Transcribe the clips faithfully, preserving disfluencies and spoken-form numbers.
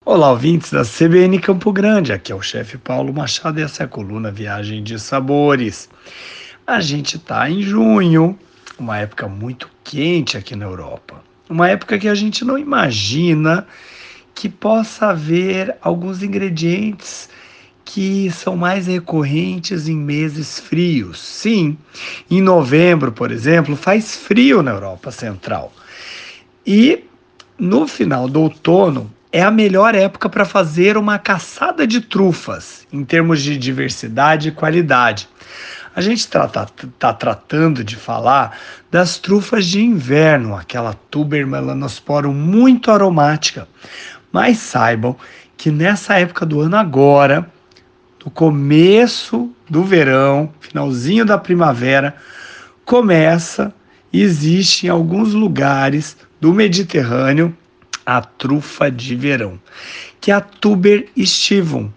Olá, ouvintes da C B N Campo Grande. Aqui é o chefe Paulo Machado e essa é a coluna Viagem de Sabores. A gente está em junho, uma época muito quente aqui na Europa. Uma época que a gente não imagina que possa haver alguns ingredientes que são mais recorrentes em meses frios. Sim, em novembro, por exemplo, faz frio na Europa Central. E no final do outono é a melhor época para fazer uma caçada de trufas, em termos de diversidade e qualidade. A gente está tá, tá tratando de falar das trufas de inverno, aquela tuber melanosporum muito aromática. Mas saibam que nessa época do ano agora, no começo do verão, finalzinho da primavera, começa, existe em alguns lugares do Mediterrâneo a trufa de verão, que é a tuber estivum.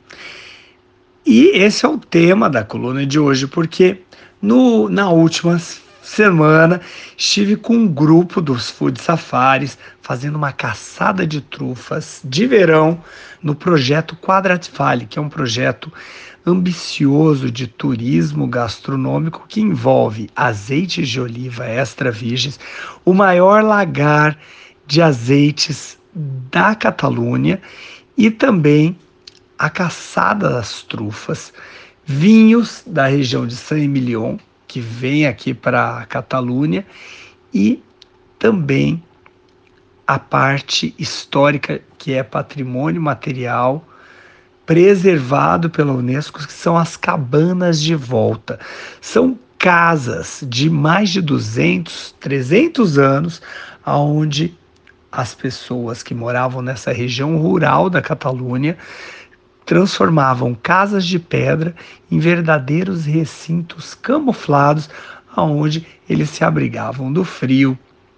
E esse é o tema da coluna de hoje, porque no, na última semana estive com um grupo dos Food Safaris fazendo uma caçada de trufas de verão no projeto Quadratifale, que é um projeto ambicioso de turismo gastronômico que envolve azeites de oliva extra virgens, o maior lagar de azeites da Catalunha e também a caçada das trufas, vinhos da região de Saint-Emilion, que vem aqui para a Catalunha, e também a parte histórica, que é patrimônio material preservado pela Unesco, que são as cabanas de volta. São casas de mais de duzentos, trezentos anos, onde as pessoas que moravam nessa região rural da Catalunha transformavam casas de pedra em verdadeiros recintos camuflados, onde eles se abrigavam do frio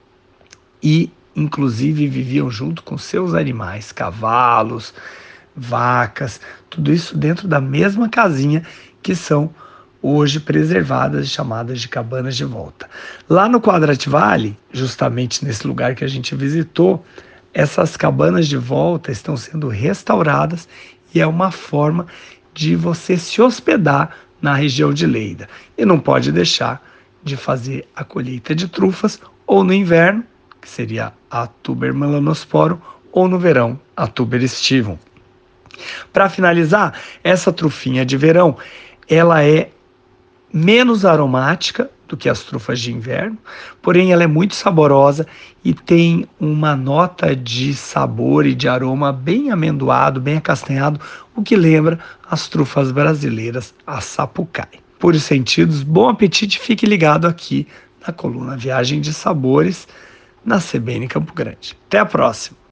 e, inclusive, viviam junto com seus animais, cavalos, vacas, tudo isso dentro da mesma casinha, que são hoje preservadas e chamadas de cabanas de volta. Lá no Quadrativale, justamente nesse lugar que a gente visitou, essas cabanas de volta estão sendo restauradas e é uma forma de você se hospedar na região de Lleida. E não pode deixar de fazer a colheita de trufas ou no inverno, que seria a tuber melanosporum, ou no verão, a tuber estivum. Para finalizar, essa trufinha de verão, ela é menos aromática do que as trufas de inverno, porém ela é muito saborosa e tem uma nota de sabor e de aroma bem amendoado, bem acastanhado, o que lembra as trufas brasileiras, a sapucai. Por os sentidos, bom apetite, fique ligado aqui na coluna Viagem de Sabores, na C B N Campo Grande. Até a próxima!